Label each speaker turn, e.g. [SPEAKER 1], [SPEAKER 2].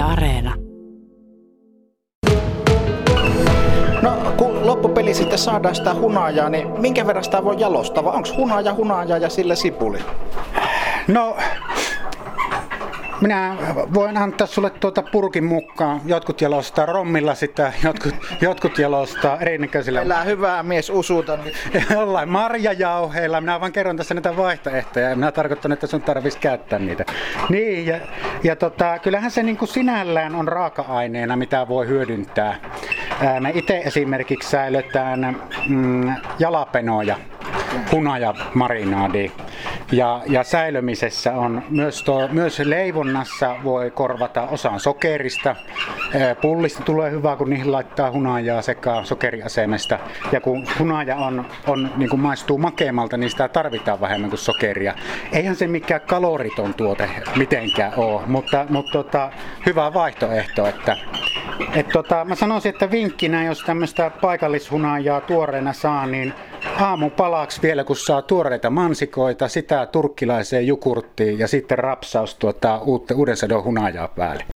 [SPEAKER 1] Areena.
[SPEAKER 2] No, kun loppupeli sitten saadaan sitä hunajaa, niin minkä verran sitä voi jalostaa? Vai onko hunajaa ja sille sipuli?
[SPEAKER 3] No, minä voin antaa sulle purkin mukaan. Jotkut jalostaa rommilla sitä, jotkut jalostaa erinäköisillä.
[SPEAKER 2] Elää hyvää mies usuta.
[SPEAKER 3] Jollain marjajauheilla. Minä vaan kerron tässä näitä vaihtoehtoja ja minä tarkoitan, että sun tarvitsisi käyttää niitä. Niin, kyllähän se niin kuin sinällään on raaka-aineena, mitä voi hyödyntää. Me itse esimerkiksi säilytään jalapenoja hunajamarinaadiin. Ja säilömisessä on myös leivonnassa voi korvata osan sokerista. Pullista tulee hyvä, kun niihin laittaa hunajaa sekaan sokeriasemesta. Ja kun hunaja niin kuin maistuu makeammalta, niin sitä tarvitaan vähemmän kuin sokeria. Eihän se mikään kaloriton tuote mitenkään ole, mutta hyvä vaihtoehto. Mä sanoisin, että vinkkinä, jos tämmöistä paikallishunajaa tuoreena saa, niin aamupalaksi vielä, kun saa tuoreita mansikoita, sitä turkkilaiseen jogurttiin ja sitten rapsaus uuden sadon hunajaa päälle.